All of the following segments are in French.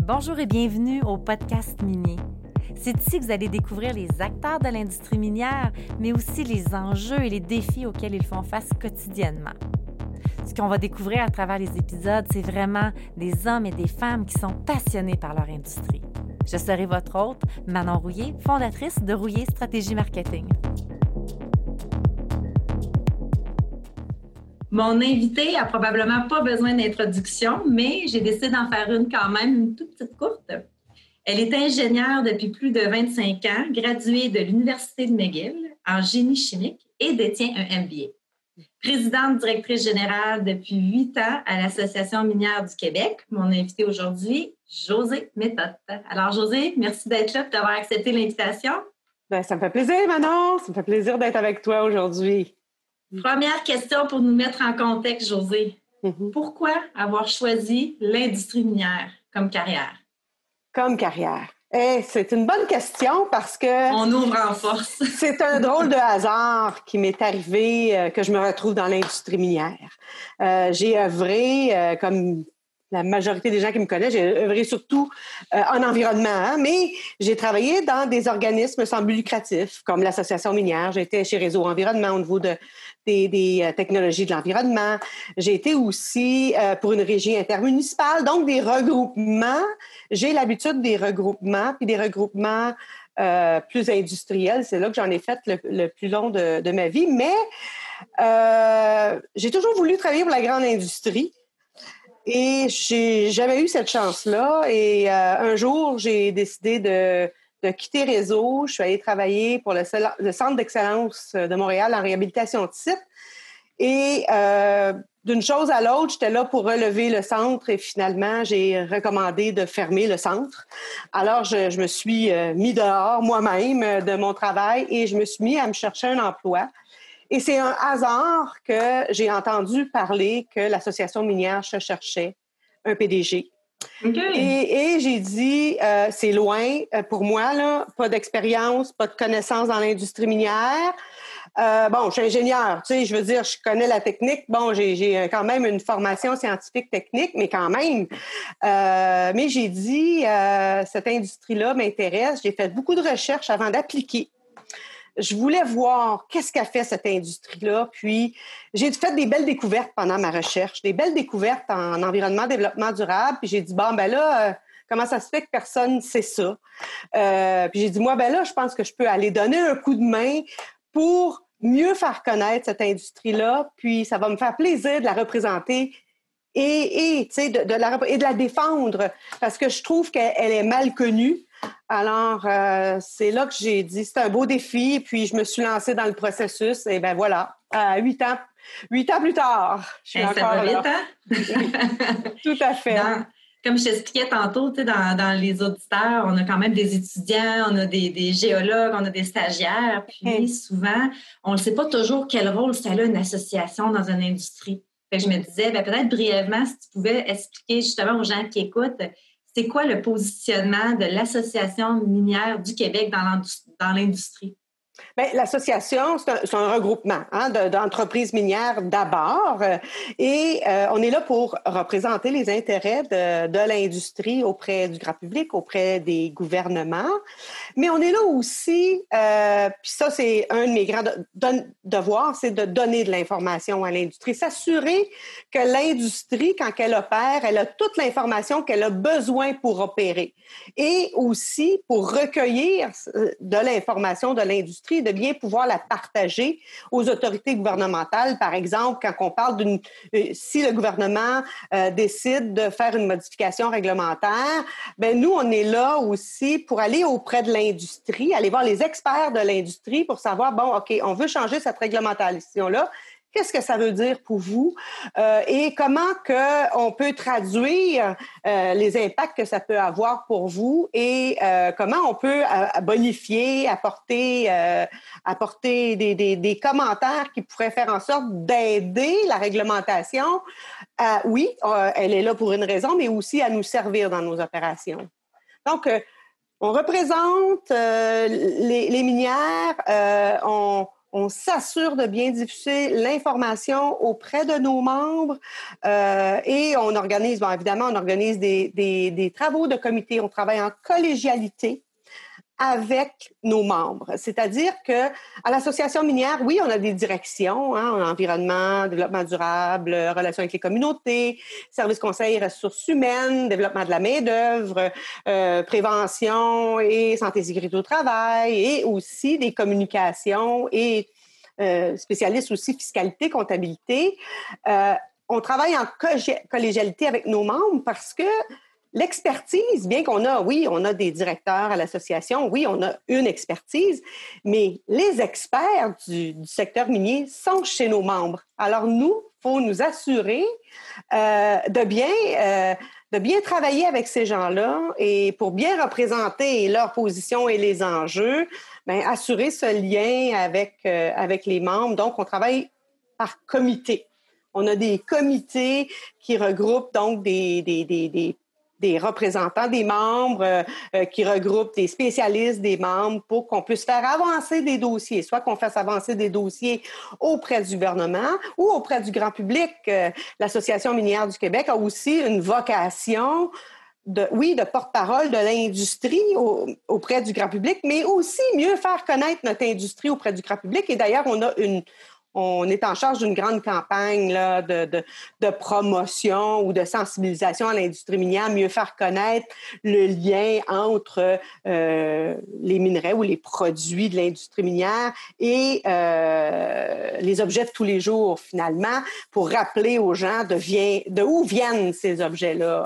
Bonjour et bienvenue au podcast minier. C'est ici que vous allez découvrir les acteurs de l'industrie minière, mais aussi les enjeux et les défis auxquels ils font face quotidiennement. Ce qu'on va découvrir à travers les épisodes, c'est vraiment des hommes et des femmes qui sont passionnés par leur industrie. Je serai votre hôte, Manon Rouillé, fondatrice de Rouillé Stratégie Marketing. Mon invitée a probablement pas besoin d'introduction, mais j'ai décidé d'en faire une quand même, une toute petite courte. Elle est ingénieure depuis plus de 25 ans, graduée de l'Université de McGill en génie chimique et détient un MBA. Présidente directrice générale depuis 8 ans à l'Association minière du Québec. Mon invitée aujourd'hui, Josée Méthode. Alors Josée, merci d'être là et d'avoir accepté l'invitation. Bien, ça me fait plaisir, Manon. Ça me fait plaisir d'être avec toi aujourd'hui. Première question pour nous mettre en contexte, Josée. Pourquoi avoir choisi l'industrie minière comme carrière? Comme carrière. C'est une bonne question parce que... On ouvre en force. C'est un drôle de hasard qui m'est arrivé que je me retrouve dans l'industrie minière. J'ai œuvré, comme la majorité des gens qui me connaissent, j'ai œuvré surtout en environnement, mais j'ai travaillé dans des organismes sans but lucratif, comme l'Association minière. J'ai été chez Réseau Environnement au niveau des technologies de l'environnement. J'ai été aussi pour une régie intermunicipale, donc des regroupements. J'ai l'habitude des regroupements, puis des regroupements plus industriels. C'est là que j'en ai fait le plus long de ma vie. Mais j'ai toujours voulu travailler pour la grande industrie. Et j'ai jamais eu cette chance-là. Et un jour, j'ai décidé de quitter Réseau. Je suis allée travailler pour le Centre d'excellence de Montréal en réhabilitation de sites. Et d'une chose à l'autre, j'étais là pour relever le centre et finalement, j'ai recommandé de fermer le centre. Alors, je me suis mis dehors moi-même de mon travail et je me suis mis à me chercher un emploi. Et c'est un hasard que j'ai entendu parler que l'Association minière cherchait un PDG. Okay. Et j'ai dit, c'est loin pour moi, là, pas d'expérience, pas de connaissances dans l'industrie minière. Je suis ingénieure, tu sais, je veux dire, je connais la technique. Bon, j'ai quand même une formation scientifique technique, mais quand même. Mais j'ai dit, cette industrie-là m'intéresse. J'ai fait beaucoup de recherches avant d'appliquer. Je voulais voir qu'est-ce qu'a fait cette industrie-là. Puis, j'ai fait des belles découvertes pendant ma recherche, des belles découvertes en environnement, développement durable. Puis, j'ai dit, comment ça se fait que personne ne sait ça? Puis, j'ai dit, je pense que je peux aller donner un coup de main pour mieux faire connaître cette industrie-là. Puis, ça va me faire plaisir de la représenter et de la défendre parce que je trouve qu'elle est mal connue. Alors, c'est là que j'ai dit, c'est un beau défi, puis je me suis lancée dans le processus, et bien voilà, 8 ans plus tard, je suis encore là. Ça va vite, hein? Tout à fait. Comme je t'expliquais tantôt, dans les auditeurs, on a quand même des étudiants, on a des géologues, on a des stagiaires, puis souvent, on ne sait pas toujours quel rôle ça a une association dans une industrie. Fait que je me disais, peut-être brièvement, si tu pouvais expliquer justement aux gens qui écoutent, c'est quoi le positionnement de l'Association minière du Québec dans l'industrie? Bien, l'association, c'est un regroupement d'entreprises minières d'abord et on est là pour représenter les intérêts de l'industrie auprès du grand public, auprès des gouvernements. Mais on est là aussi, puis ça, c'est un de mes grands devoirs, c'est de donner de l'information à l'industrie, s'assurer que l'industrie, quand elle opère, elle a toute l'information qu'elle a besoin pour opérer et aussi pour recueillir de l'information de l'industrie, de bien pouvoir la partager aux autorités gouvernementales. Par exemple, quand on parle si le gouvernement décide de faire une modification réglementaire, nous, on est là aussi pour aller auprès de l'industrie, aller voir les experts de l'industrie pour savoir, OK, on veut changer cette réglementation-là. Qu'est-ce que ça veut dire pour vous et comment on peut traduire les impacts que ça peut avoir pour vous et comment on peut bonifier, apporter des commentaires qui pourraient faire en sorte d'aider la réglementation. Elle est là pour une raison, mais aussi à nous servir dans nos opérations. Donc, on représente les minières, On s'assure de bien diffuser l'information auprès de nos membres et on organise, évidemment, on organise des travaux de comité. On travaille en collégialité avec nos membres. C'est-à-dire que à l'Association minière, oui, on a des directions, environnement, développement durable, relations avec les communautés, services conseils, ressources humaines, développement de la main-d'œuvre, prévention et santé et sécurité au travail, et aussi des communications et spécialistes aussi fiscalité, comptabilité. On travaille en collégialité avec nos membres parce que l'expertise, bien qu'on a, oui, on a des directeurs à l'association, oui, on a une expertise, mais les experts du secteur minier sont chez nos membres. Alors, nous, il faut nous assurer de bien travailler avec ces gens-là et pour bien représenter leur position et les enjeux, assurer ce lien avec les membres. Donc, on travaille par comité. On a des comités qui regroupent donc des représentants des membres, qui regroupent des spécialistes des membres pour qu'on puisse faire avancer des dossiers, soit qu'on fasse avancer des dossiers auprès du gouvernement ou auprès du grand public. L'Association minière du Québec a aussi une vocation de porte-parole de l'industrie auprès du grand public, mais aussi mieux faire connaître notre industrie auprès du grand public. Et d'ailleurs, on est en charge d'une grande campagne là, de promotion ou de sensibilisation à l'industrie minière, mieux faire connaître le lien entre les minerais ou les produits de l'industrie minière et les objets de tous les jours, finalement, pour rappeler aux gens de où viennent ces objets-là.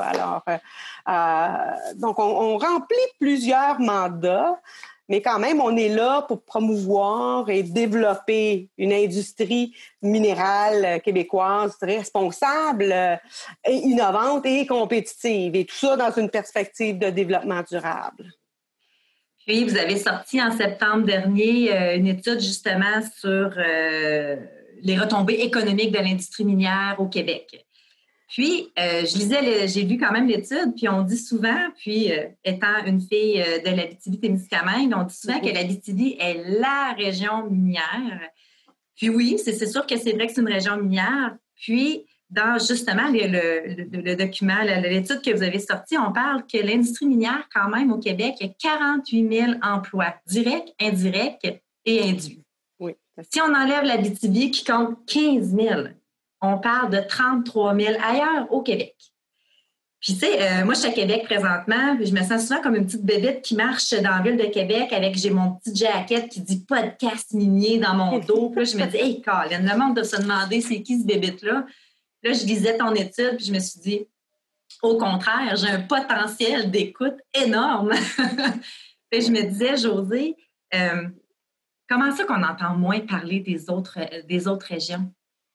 Alors, donc, on remplit plusieurs mandats. Mais quand même, on est là pour promouvoir et développer une industrie minérale québécoise responsable et innovante et compétitive. Et tout ça dans une perspective de développement durable. Puis, vous avez sorti en septembre dernier une étude justement sur les retombées économiques de l'industrie minière au Québec. Puis, j'ai lu quand même l'étude, puis on dit souvent, puis étant une fille de l'Abitibi-Témiscamingue, on dit souvent que l'Abitibi est la région minière. Puis oui, c'est sûr que c'est vrai que c'est une région minière. Puis, dans justement le document, l'étude que vous avez sortie, on parle que l'industrie minière, quand même, au Québec, il y a 48 000 emplois, directs, indirects et induits. Oui. Si on enlève l'Abitibi qui compte 15 000, on parle de 33 000 ailleurs au Québec. Puis, tu sais, moi, je suis à Québec présentement, puis je me sens souvent comme une petite bébête qui marche dans la ville de Québec j'ai mon petit jacket qui dit « podcast minier » dans mon dos. Puis là, je me dis « Hey, Colin, le monde doit se demander c'est qui ce bébête-là? » Là, je lisais ton étude, puis je me suis dit « Au contraire, j'ai un potentiel d'écoute énorme. » Puis je me disais, Josée, comment ça qu'on entend moins parler des autres régions?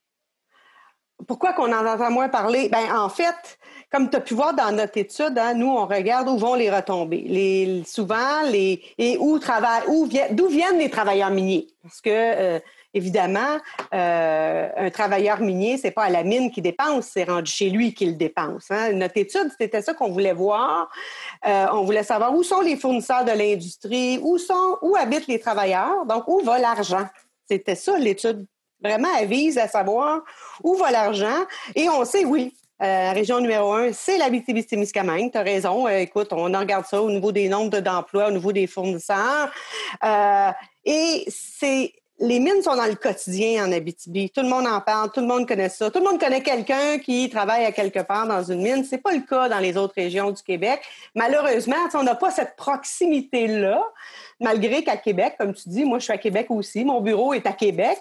Pourquoi qu'on en entend moins parler? En fait, comme tu as pu voir dans notre étude, nous, on regarde où vont les retombées. D'où viennent les travailleurs miniers? Parce que, évidemment, un travailleur minier, c'est pas à la mine qu'il dépense, c'est rendu chez lui qu'il dépense. Notre étude, c'était ça qu'on voulait voir. On voulait savoir où sont les fournisseurs de l'industrie, où habitent les travailleurs, donc où va l'argent. C'était ça, l'étude. Vraiment, elle vise à savoir où va l'argent. Et on sait, oui, la région numéro 1, c'est l'Abitibi-Témiscamingue. Tu as raison. Écoute, on regarde ça au niveau des nombres d'emplois, au niveau des fournisseurs. Et les mines sont dans le quotidien en Abitibi. Tout le monde en parle, tout le monde connaît ça. Tout le monde connaît quelqu'un qui travaille à quelque part dans une mine. C'est pas le cas dans les autres régions du Québec. Malheureusement, on n'a pas cette proximité-là. Malgré qu'à Québec, comme tu dis, moi, je suis à Québec aussi. Mon bureau est à Québec.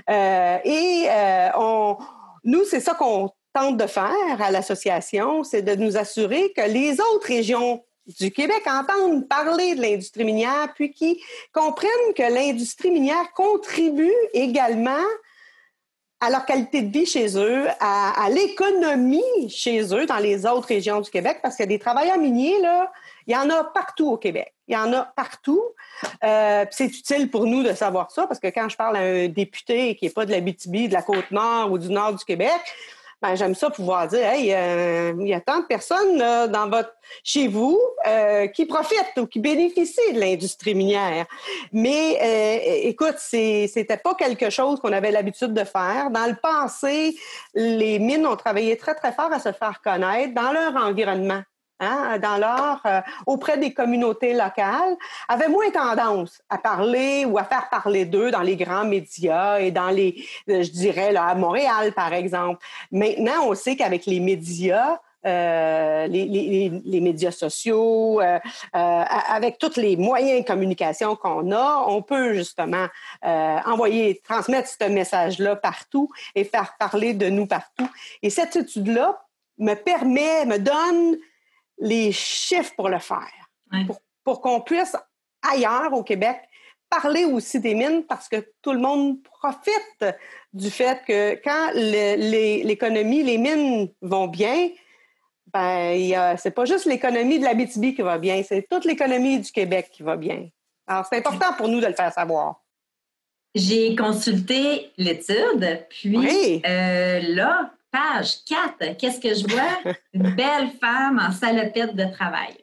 Nous, c'est ça qu'on tente de faire à l'association, c'est de nous assurer que les autres régions du Québec entendent parler de l'industrie minière, puis qu'ils comprennent que l'industrie minière contribue également à leur qualité de vie chez eux, à l'économie chez eux, dans les autres régions du Québec, parce qu'il y a des travailleurs miniers, là, il y en a partout au Québec. Il y en a partout. C'est utile pour nous de savoir ça, parce que quand je parle à un député qui n'est pas de l'Abitibi, de la Côte-Nord ou du nord du Québec, Ben, j'aime ça pouvoir dire, hey, il y a tant de personnes là, chez vous qui profitent ou qui bénéficient de l'industrie minière. Mais écoute, c'était pas quelque chose qu'on avait l'habitude de faire. Dans le passé, les mines ont travaillé très, très fort à se faire connaître dans leur environnement. Hein, auprès des communautés locales, avaient moins tendance à parler ou à faire parler d'eux dans les grands médias et dans je dirais, là, à Montréal, par exemple. Maintenant, on sait qu'avec les médias, les médias sociaux, avec tous les moyens de communication qu'on a, on peut justement transmettre ce message-là partout et faire parler de nous partout. Et cette étude-là me donne les chiffres pour le faire, pour qu'on puisse, ailleurs au Québec, parler aussi des mines parce que tout le monde profite du fait que quand l'économie, les mines vont bien, ben c'est pas juste l'économie de l'Abitibi qui va bien, c'est toute l'économie du Québec qui va bien. Alors, c'est important pour nous de le faire savoir. J'ai consulté l'étude, puis là, page 4, qu'est-ce que je vois? Une belle femme en salopette de travail.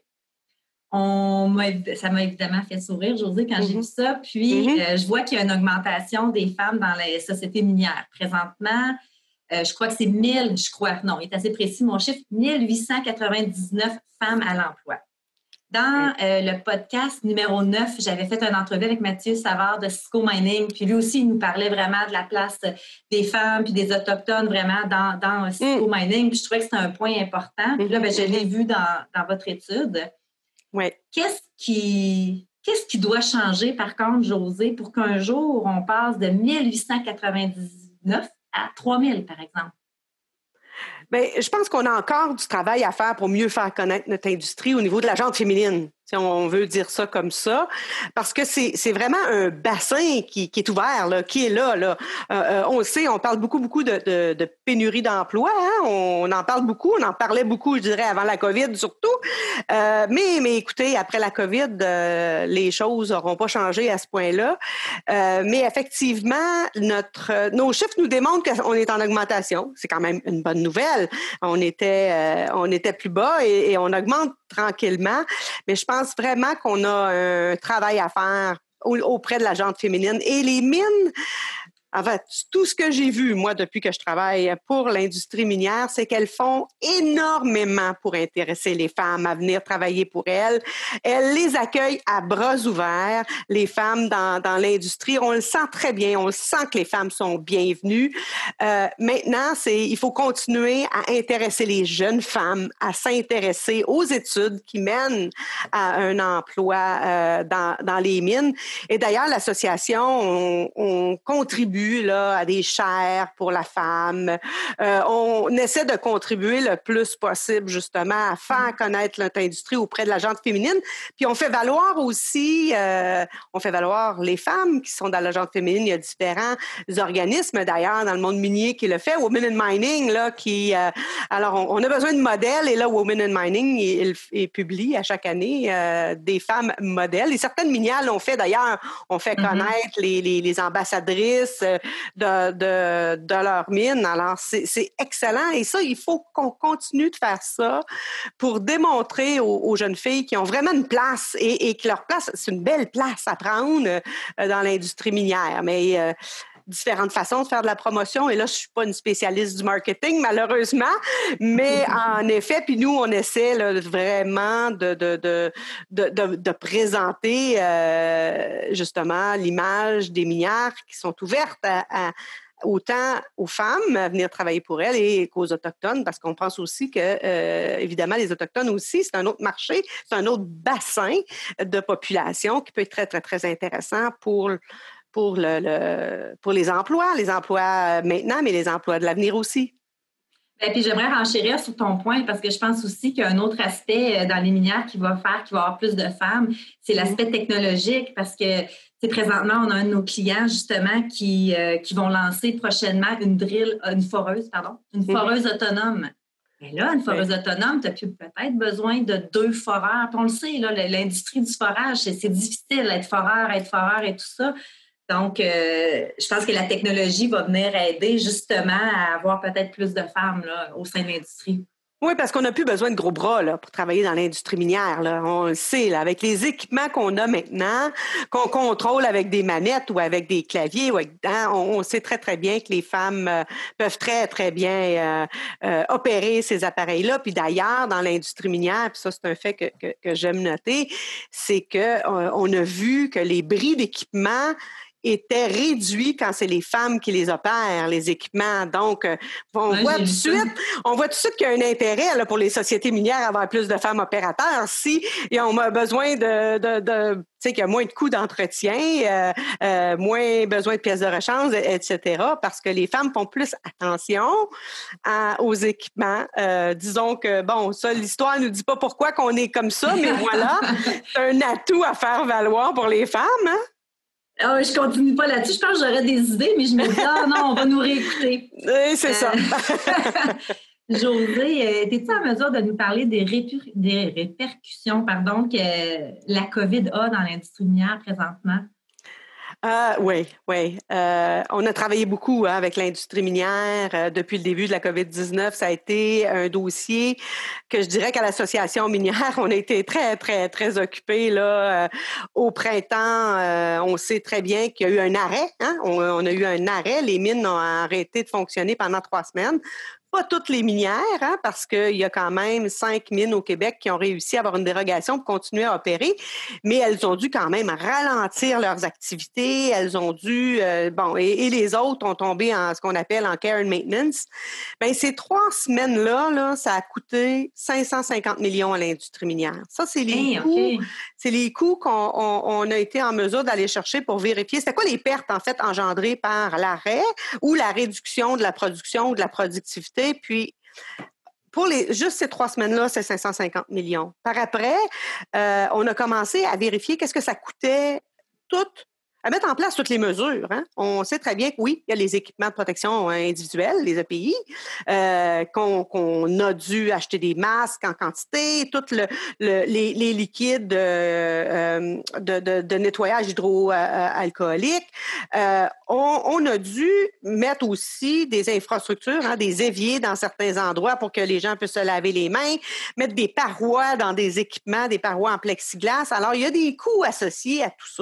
Ça m'a évidemment fait sourire, Josée, quand j'ai vu ça. Puis, je vois qu'il y a une augmentation des femmes dans les sociétés minières. Présentement, je crois que c'est 1000, il est assez précis mon chiffre, 1899 femmes à l'emploi. Dans le podcast numéro 9, j'avais fait une entrevue avec Mathieu Savard de Cisco Mining, puis lui aussi, il nous parlait vraiment de la place des femmes puis des Autochtones vraiment dans Cisco Mining, puis je trouvais que c'était un point important. Puis là, je l'ai vu dans votre étude. Oui. Qu'est-ce qui doit changer, par contre, Josée, pour qu'un jour, on passe de 1899 à 3000, par exemple? Bien, je pense qu'on a encore du travail à faire pour mieux faire connaître notre industrie au niveau de la gente féminine, si on veut dire ça comme ça, parce que c'est vraiment un bassin qui est ouvert, là, qui est là. On le sait, on parle beaucoup de pénurie d'emploi. Hein? On en parle beaucoup, on en parlait beaucoup, je dirais, avant la COVID surtout. Mais écoutez, après la COVID, les choses n'auront pas changé à ce point-là. Mais effectivement, nos chiffres nous démontrent qu'on est en augmentation. C'est quand même une bonne nouvelle. On était plus bas et on augmente tranquillement. Mais je pense vraiment qu'on a un travail à faire auprès de la gente féminine. Et les mines, en fait, tout ce que j'ai vu, moi, depuis que je travaille pour l'industrie minière, c'est qu'elles font énormément pour intéresser les femmes à venir travailler pour elles. Elles les accueillent à bras ouverts, les femmes dans l'industrie. On le sent très bien. On sent que les femmes sont bienvenues. Maintenant, il faut continuer à intéresser les jeunes femmes à s'intéresser aux études qui mènent à un emploi dans les mines. Et d'ailleurs, l'association, on contribue là, à des chaires pour la femme. On essaie de contribuer le plus possible, justement, à faire connaître notre industrie auprès de la gente féminine. Puis on fait valoir aussi, les femmes qui sont dans la gente féminine. Il y a différents organismes, d'ailleurs, dans le monde minier qui le fait. Women in Mining, là, alors, on a besoin de modèles, et là, Women in Mining, il publie à chaque année des femmes modèles. Et certaines minières l'ont fait, d'ailleurs. On fait connaître les ambassadrices de leur mine. Alors, c'est excellent. Et ça, il faut qu'on continue de faire ça pour démontrer aux jeunes filles qui ont vraiment une place et que leur place, c'est une belle place à prendre dans l'industrie minière. Mais différentes façons de faire de la promotion. Et là, je suis pas une spécialiste du marketing, malheureusement. Mais en effet, puis nous, on essaie là, vraiment de présenter justement l'image des minières qui sont ouvertes autant aux femmes à venir travailler pour elles et qu'aux Autochtones, parce qu'on pense aussi que, évidemment, les Autochtones aussi, c'est un autre marché, c'est un autre bassin de population qui peut être très, très, très intéressant pour les emplois maintenant, mais les emplois de l'avenir aussi. Et puis j'aimerais renchérir sur ton point parce que je pense aussi qu'il y a un autre aspect dans les minières qui va avoir plus de femmes, c'est l'aspect technologique parce que présentement, on a un de nos clients justement qui vont lancer prochainement une foreuse autonome. Mais là, une foreuse autonome, tu as peut-être besoin de 2 foreurs. Puis on le sait, là, l'industrie du forage, c'est difficile, être foreur et tout ça. Donc, je pense que la technologie va venir aider justement à avoir peut-être plus de femmes là, au sein de l'industrie. Oui, parce qu'on n'a plus besoin de gros bras là, pour travailler dans l'industrie minière. Là. On le sait, là, avec les équipements qu'on a maintenant, qu'on contrôle avec des manettes ou avec des claviers, on sait très, très bien que les femmes peuvent très, très bien opérer ces appareils-là. Puis d'ailleurs, dans l'industrie minière, puis ça, c'est un fait que j'aime noter, c'est qu'on a vu que les bris d'équipement étaient réduits quand c'est les femmes qui les opèrent, les équipements. Donc, on voit tout de suite qu'il y a un intérêt là, pour les sociétés minières à avoir plus de femmes opérateurs. Si et on a besoin tu sais, qu'il y a moins de coûts d'entretien, moins besoin de pièces de rechange, etc., parce que les femmes font plus attention aux équipements. Disons que, bon, ça, l'histoire nous dit pas pourquoi qu'on est comme ça, mais voilà, c'est un atout à faire valoir pour les femmes, hein? Ah, je continue pas là-dessus. Je pense que j'aurais des idées, mais je me dis, non, on va nous réécouter. Oui, c'est ça. Josée, es-tu en mesure de nous parler des répercussions que la COVID a dans l'industrie minière présentement? Oui. On a travaillé beaucoup avec l'industrie minière depuis le début de la COVID-19. Ça a été un dossier que je dirais qu'à l'Association minière, on a été très, très, très occupés. Au printemps, on sait très bien qu'il y a eu un arrêt. Hein? On a eu un arrêt. Les mines ont arrêté de fonctionner pendant 3 semaines. Pas toutes les minières, hein, parce qu'il y a quand même 5 mines au Québec qui ont réussi à avoir une dérogation pour continuer à opérer, mais elles ont dû quand même ralentir leurs activités. Elles ont dû, et les autres ont tombé en ce qu'on appelle en care and maintenance. Bien, ces 3 semaines-là, ça a coûté 550 millions à l'industrie minière. Ça, c'est les coûts. Okay. C'est les coûts qu'on a été en mesure d'aller chercher pour vérifier. C'était quoi les pertes, en fait, engendrées par l'arrêt ou la réduction de la production ou de la productivité? Puis, pour juste ces 3 semaines-là, c'est 550 millions. Par après, on a commencé à vérifier qu'est-ce que ça coûtait à mettre en place toutes les mesures. Hein? On sait très bien que oui, il y a les équipements de protection individuelle, les EPI, qu'on a dû acheter des masques en quantité, tous les liquides de nettoyage hydroalcoolique. On a dû mettre aussi des infrastructures, hein, des éviers dans certains endroits pour que les gens puissent se laver les mains, mettre des parois dans des équipements, des parois en plexiglas. Alors, il y a des coûts associés à tout ça.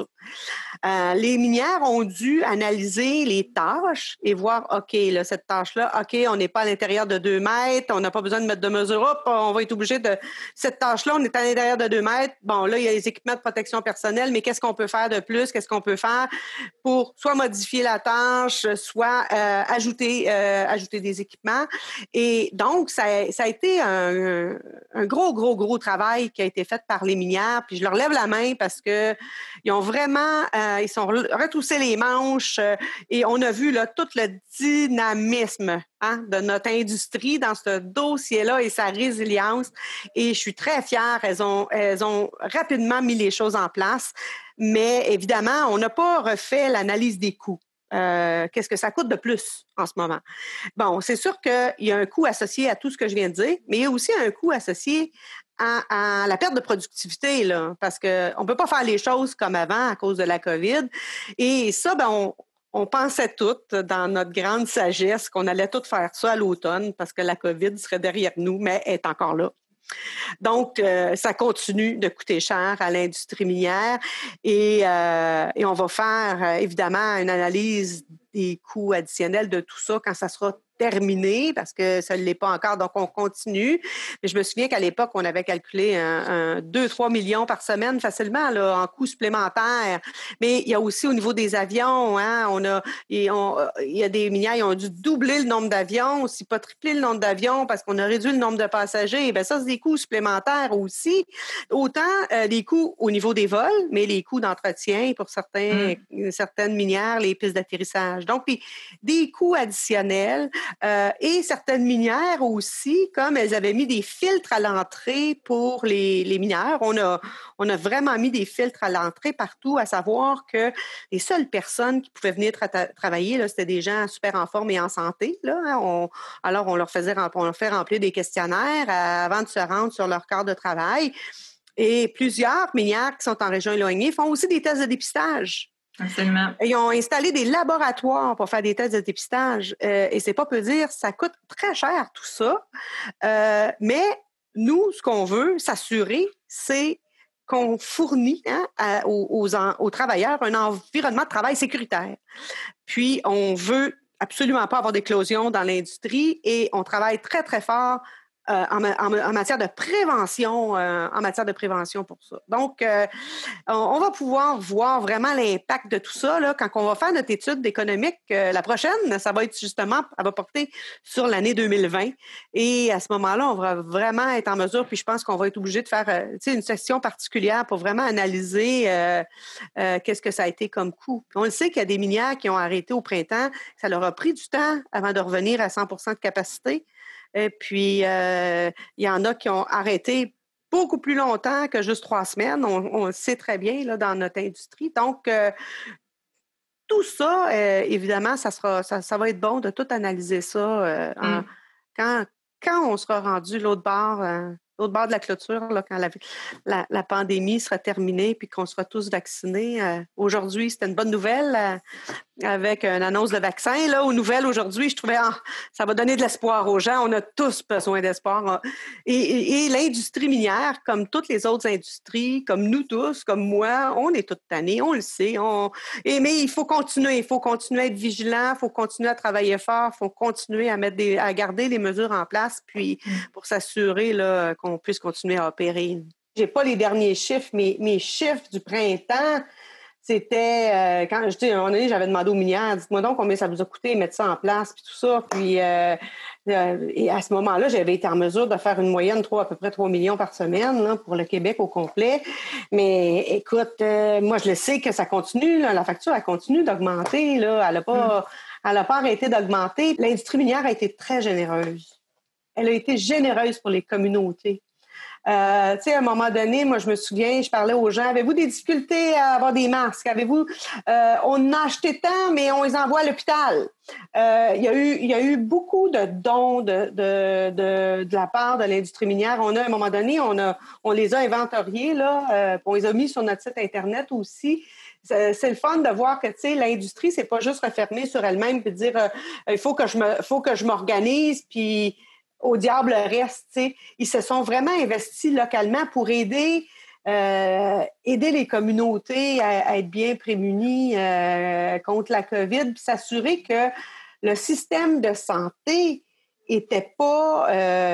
Les minières ont dû analyser les tâches et voir, OK, là, cette tâche-là, OK, on n'est pas à l'intérieur de 2 mètres, on n'a pas besoin de mettre de mesure, hop, on va être obligé de... Cette tâche-là, on est à l'intérieur de 2 mètres. Bon, là, il y a les équipements de protection personnelle, mais qu'est-ce qu'on peut faire de plus? Qu'est-ce qu'on peut faire pour soit modifier la tâche, soit ajouter des équipements? Et donc, ça a été un gros travail qui a été fait par les minières. Puis je leur lève la main parce que ils ont vraiment... ils sont retroussés les manches et on a vu là, tout le dynamisme de notre industrie dans ce dossier-là et sa résilience. Et je suis très fière. Elles ont rapidement mis les choses en place. Mais évidemment, on n'a pas refait l'analyse des coûts. Qu'est-ce que ça coûte de plus en ce moment? Bon, c'est sûr qu'il y a un coût associé à tout ce que je viens de dire, mais il y a aussi un coût associé à la perte de productivité, là, parce qu'on ne peut pas faire les choses comme avant à cause de la COVID. Et ça, on pensait toutes, dans notre grande sagesse, qu'on allait toutes faire ça à l'automne parce que la COVID serait derrière nous, mais elle est encore là. Donc, ça continue de coûter cher à l'industrie minière et on va faire, évidemment, une analyse des coûts additionnels de tout ça quand ça sera terminé parce que ça ne l'est pas encore, donc on continue. Mais je me souviens qu'à l'époque, on avait calculé 2-3 millions par semaine facilement là, en coûts supplémentaires. Mais il y a aussi au niveau des avions, hein, il y a des minières qui ont dû doubler le nombre d'avions, aussi pas tripler le nombre d'avions parce qu'on a réduit le nombre de passagers. Bien, ça, c'est des coûts supplémentaires aussi. Autant les coûts au niveau des vols, mais les coûts d'entretien pour certaines minières, les pistes d'atterrissage. Donc, puis, des coûts additionnels. Et certaines minières aussi, comme elles avaient mis des filtres à l'entrée pour les mineurs, on a vraiment mis des filtres à l'entrée partout, à savoir que les seules personnes qui pouvaient venir travailler, là, c'était des gens super en forme et en santé. Là, hein. Alors, on leur fait remplir des questionnaires avant de se rendre sur leur quart de travail. Et plusieurs minières qui sont en région éloignée font aussi des tests de dépistage. Absolument. Ils ont installé des laboratoires pour faire des tests de dépistage. Et c'est pas peu dire, ça coûte très cher tout ça. Mais nous, ce qu'on veut s'assurer, c'est qu'on fournit aux travailleurs un environnement de travail sécuritaire. Puis, on veut absolument pas avoir d'éclosion dans l'industrie et on travaille très, très fort en matière de prévention, pour ça. Donc, on va pouvoir voir vraiment l'impact de tout ça là, quand on va faire notre étude économique. La prochaine, ça va être justement, elle va porter sur l'année 2020. Et à ce moment-là, on va vraiment être en mesure, puis je pense qu'on va être obligé de faire une session particulière pour vraiment analyser qu'est-ce que ça a été comme coût. On le sait qu'il y a des minières qui ont arrêté au printemps. Ça leur a pris du temps avant de revenir à 100% de capacité. Et puis, il y en a qui ont arrêté beaucoup plus longtemps que juste 3 semaines. On le sait très bien là, dans notre industrie. Donc, tout ça, évidemment, ça va être bon de tout analyser ça quand on sera rendu l'autre bord de la clôture, là, quand la pandémie sera terminée puis qu'on sera tous vaccinés. Aujourd'hui, c'était une bonne nouvelle avec une annonce de vaccin. Là, aux nouvelles aujourd'hui, je trouvais ça va donner de l'espoir aux gens. On a tous besoin d'espoir. Et l'industrie minière, comme toutes les autres industries, comme nous tous, comme moi, on est toutes tannées, on le sait. Mais il faut continuer. Il faut continuer à être vigilant. Il faut continuer à travailler fort. Il faut continuer à garder les mesures en place puis pour s'assurer là, qu'on puisse continuer à opérer. J'ai pas les derniers chiffres, mais mes chiffres du printemps, c'était, quand je dis, à un moment donné, j'avais demandé aux minières, dites-moi donc combien ça vous a coûté mettre ça en place, puis tout ça. Puis, et à ce moment-là, j'avais été en mesure de faire une moyenne à peu près 3 millions par semaine là, pour le Québec au complet. Mais écoute, moi, je le sais que ça continue, là, la facture, elle continue d'augmenter. Là, elle n'a pas arrêté d'augmenter. L'industrie minière a été très généreuse. Elle a été généreuse pour les communautés. Tu sais, à un moment donné, moi, je me souviens, je parlais aux gens, avez-vous des difficultés à avoir des masques? On en a acheté tant, mais on les envoie à l'hôpital. Il y a eu beaucoup de dons de la part de l'industrie minière. À un moment donné, on les a inventoriés, là, on les a mis sur notre site Internet aussi. C'est le fun de voir que, tu sais, l'industrie, c'est pas juste refermer sur elle-même puis dire, il faut que je m'organise, puis au diable reste, tu sais. Ils se sont vraiment investis localement pour aider les communautés à être bien prémunies contre la COVID, puis s'assurer que le système de santé était pas,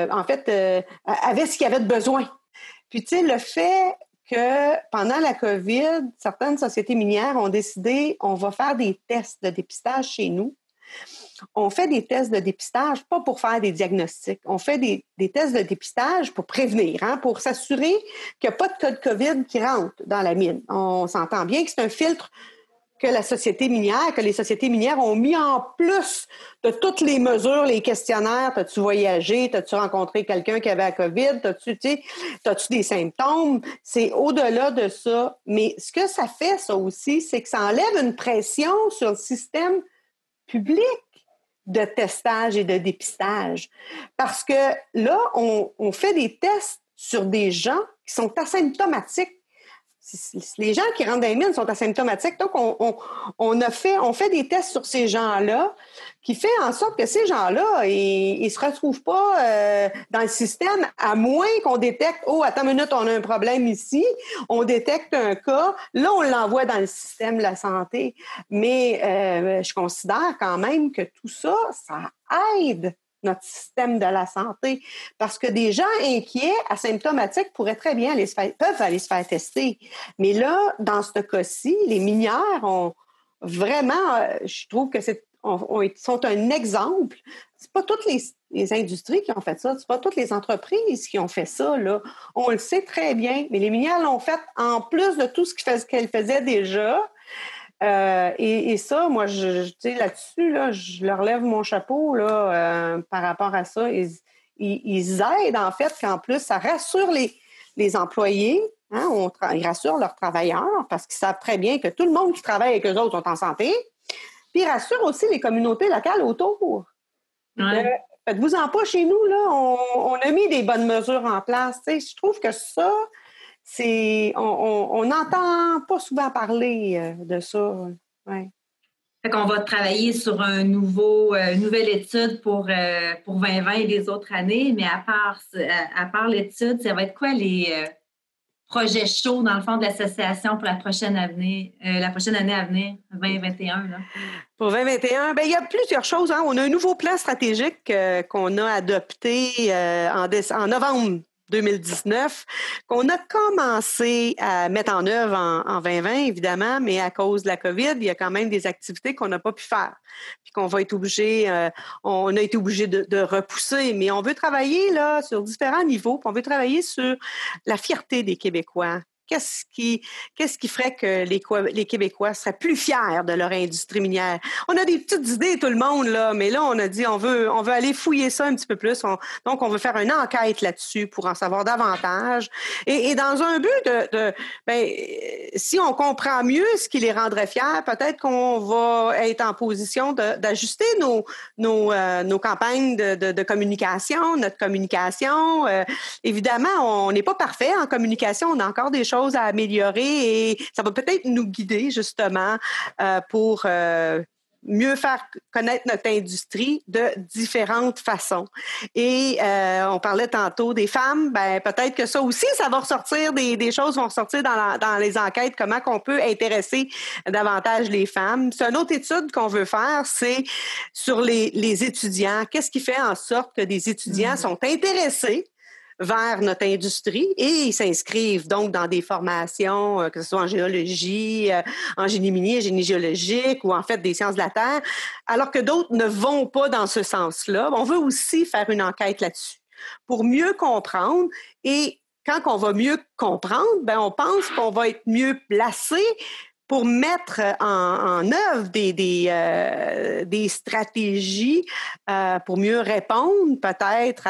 avait ce qu'il y avait de besoin. Puis, tu sais, le fait que pendant la COVID, certaines sociétés minières ont décidé, on va faire des tests de dépistage chez nous. On fait des tests de dépistage, pas pour faire des diagnostics. On fait des tests de dépistage pour prévenir, pour s'assurer qu'il n'y a pas de cas de COVID qui rentre dans la mine. On s'entend bien que c'est un filtre que les sociétés minières ont mis en plus de toutes les mesures, les questionnaires. T'as-tu voyagé? T'as-tu rencontré quelqu'un qui avait la COVID? T'as-tu des symptômes? C'est au-delà de ça. Mais ce que ça fait, ça aussi, c'est que ça enlève une pression sur le système public de testage et de dépistage. Parce que là, on fait des tests sur des gens qui sont asymptomatiques. Les gens qui rentrent dans les mines sont asymptomatiques. Donc, on fait des tests sur ces gens-là qui fait en sorte que ces gens-là, ils se retrouvent pas dans le système à moins qu'on détecte, attends une minute, on a un problème ici, on détecte un cas, là, on l'envoie dans le système de la santé. Mais je considère quand même que tout ça, ça aide notre système de la santé. Parce que des gens inquiets, asymptomatiques, peuvent aller se faire tester. Mais là, dans ce cas-ci, les minières ont vraiment, je trouve que sont un exemple. C'est pas toutes les industries qui ont fait ça. C'est pas toutes les entreprises qui ont fait ça, là. On le sait très bien. Mais les minières l'ont fait en plus de tout ce qu'elles faisaient déjà. Et ça, moi, tu sais, là-dessus, là, je leur lève mon chapeau là, par rapport à ça. Ils aident, en fait, qu'en plus, ça rassure les employés. Ils rassurent leurs travailleurs parce qu'ils savent très bien que tout le monde qui travaille avec eux autres sont en santé. Puis ils rassurent aussi les communautés locales autour. Ouais. Faites-vous-en pas chez nous, là. On a mis des bonnes mesures en place. Tu sais, je trouve que ça, On n'entend pas souvent parler de ça. Ouais. Fait qu'on va travailler sur une nouvelle étude pour 2020 et les autres années, mais à part l'étude, ça va être quoi les projets chauds, dans le fond, de l'association pour la prochaine année à venir, 2021, là? Pour 2021, il y a plusieurs choses. Hein. On a un nouveau plan stratégique qu'on a adopté en novembre 2019, qu'on a commencé à mettre en œuvre en 2020, évidemment, mais à cause de la COVID, il y a quand même des activités qu'on n'a pas pu faire, puis qu'on va être obligé, on a été obligé de repousser, mais on veut travailler là sur différents niveaux, puis on veut travailler sur la fierté des Québécois. Qu'est-ce qui ferait que les Québécois seraient plus fiers de leur industrie minière? On a des petites idées, tout le monde, là, mais là, on a dit on veut aller fouiller ça un petit peu plus. Donc, on veut faire une enquête là-dessus pour en savoir davantage. Et dans un but si on comprend mieux ce qui les rendrait fiers, peut-être qu'on va être en position d'ajuster nos campagnes de communication, notre communication. Évidemment, on n'est pas parfait en communication. On a encore des choses à améliorer et ça va peut-être nous guider justement pour mieux faire connaître notre industrie de différentes façons. Et on parlait tantôt des femmes, peut-être que ça aussi, ça va ressortir, des choses vont ressortir dans les enquêtes, comment qu'on peut intéresser davantage les femmes. C'est une autre étude qu'on veut faire, c'est sur les étudiants. Qu'est-ce qui fait en sorte que des étudiants sont intéressés vers notre industrie et ils s'inscrivent donc dans des formations, que ce soit en géologie, en génie minier, génie géologique ou en fait des sciences de la Terre, alors que d'autres ne vont pas dans ce sens-là. On veut aussi faire une enquête là-dessus pour mieux comprendre et quand on va mieux comprendre, on pense qu'on va être mieux placé pour mettre en œuvre des stratégies pour mieux répondre peut-être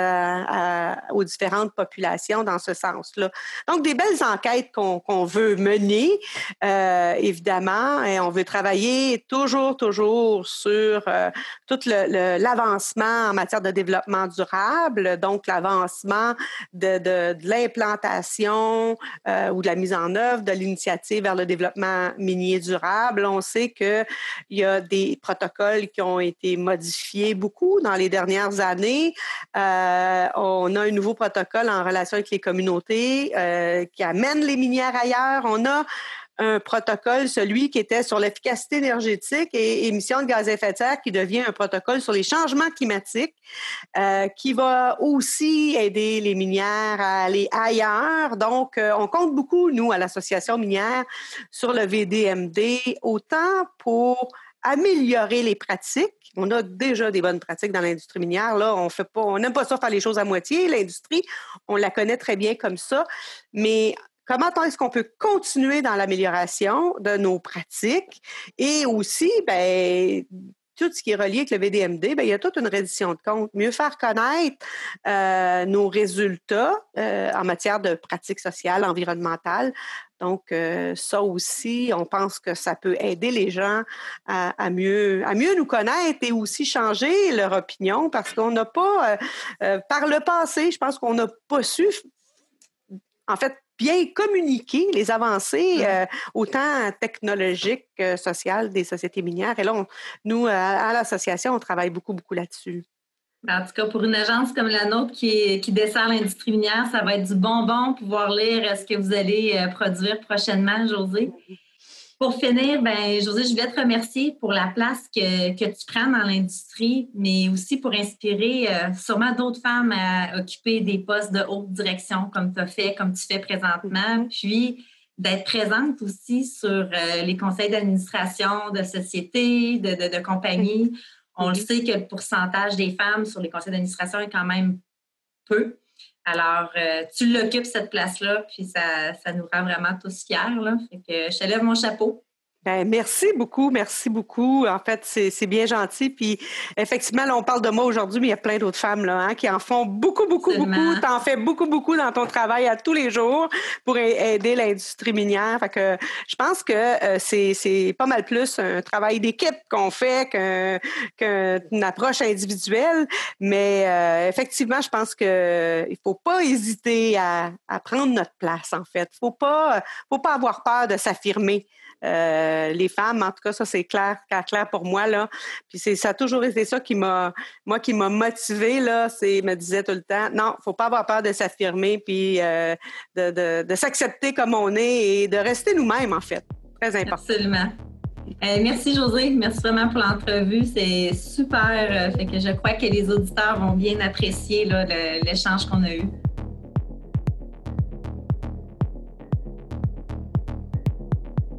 aux différentes populations dans ce sens-là. Donc, des belles enquêtes qu'on veut mener, évidemment, et on veut travailler toujours sur tout l'avancement en matière de développement durable, donc l'avancement de l'implantation ou de la mise en œuvre de l'initiative vers le développement minier durable. On sait qu'il y a des protocoles qui ont été modifiés beaucoup dans les dernières années. On a un nouveau protocole en relation avec les communautés qui amène les minières ailleurs. On a un protocole, celui qui était sur l'efficacité énergétique et émissions de gaz à effet de serre, qui devient un protocole sur les changements climatiques, qui va aussi aider les minières à aller ailleurs. Donc, on compte beaucoup, nous, à l'Association minière, sur le VDMD, autant pour améliorer les pratiques. On a déjà des bonnes pratiques dans l'industrie minière. Là, on n'aime pas ça faire les choses à moitié. L'industrie, on la connaît très bien comme ça, mais comment est-ce qu'on peut continuer dans l'amélioration de nos pratiques et aussi, tout ce qui est relié avec le VDMD, il y a toute une reddition de comptes. Mieux faire connaître nos résultats en matière de pratiques sociales, environnementales. Donc, ça aussi, on pense que ça peut aider les gens à mieux nous connaître et aussi changer leur opinion parce qu'on n'a pas, par le passé, je pense qu'on n'a pas su, en fait, bien communiquer les avancées autant technologiques que sociales des sociétés minières. Et là, nous, à l'association, on travaille beaucoup là-dessus. En tout cas, pour une agence comme la nôtre qui dessert l'industrie minière, ça va être du bonbon pouvoir lire ce que vous allez produire prochainement, Josée. Pour finir, Josée, je voulais te remercier pour la place que tu prends dans l'industrie, mais aussi pour inspirer sûrement d'autres femmes à occuper des postes de haute direction comme tu fais présentement, puis d'être présente aussi sur les conseils d'administration de sociétés, de compagnies. On le sait que le pourcentage des femmes sur les conseils d'administration est quand même peu. Alors, tu l'occupes, cette place-là, puis ça nous rend vraiment tous fiers. Là. Fait que je te lève mon chapeau. Ben, merci beaucoup, merci beaucoup. En fait, c'est bien gentil. Puis effectivement, là, on parle de moi aujourd'hui, mais il y a plein d'autres femmes là, hein, qui en font beaucoup. T'en fais beaucoup dans ton travail à tous les jours pour aider l'industrie minière. Fait que je pense que c'est pas mal plus un travail d'équipe qu'on fait qu'une approche individuelle. Mais effectivement, je pense que il faut pas hésiter à prendre notre place. En fait, faut pas avoir peur de s'affirmer. Les femmes, en tout cas, ça c'est clair pour moi là. Puis ça a toujours été ça qui m'a motivée là. Me disait tout le temps, non, faut pas avoir peur de s'affirmer, puis de s'accepter comme on est et de rester nous-mêmes en fait. Très important. Absolument. Merci Josée, merci vraiment pour l'entrevue, c'est super. Fait que je crois que les auditeurs vont bien apprécier là, l'échange qu'on a eu.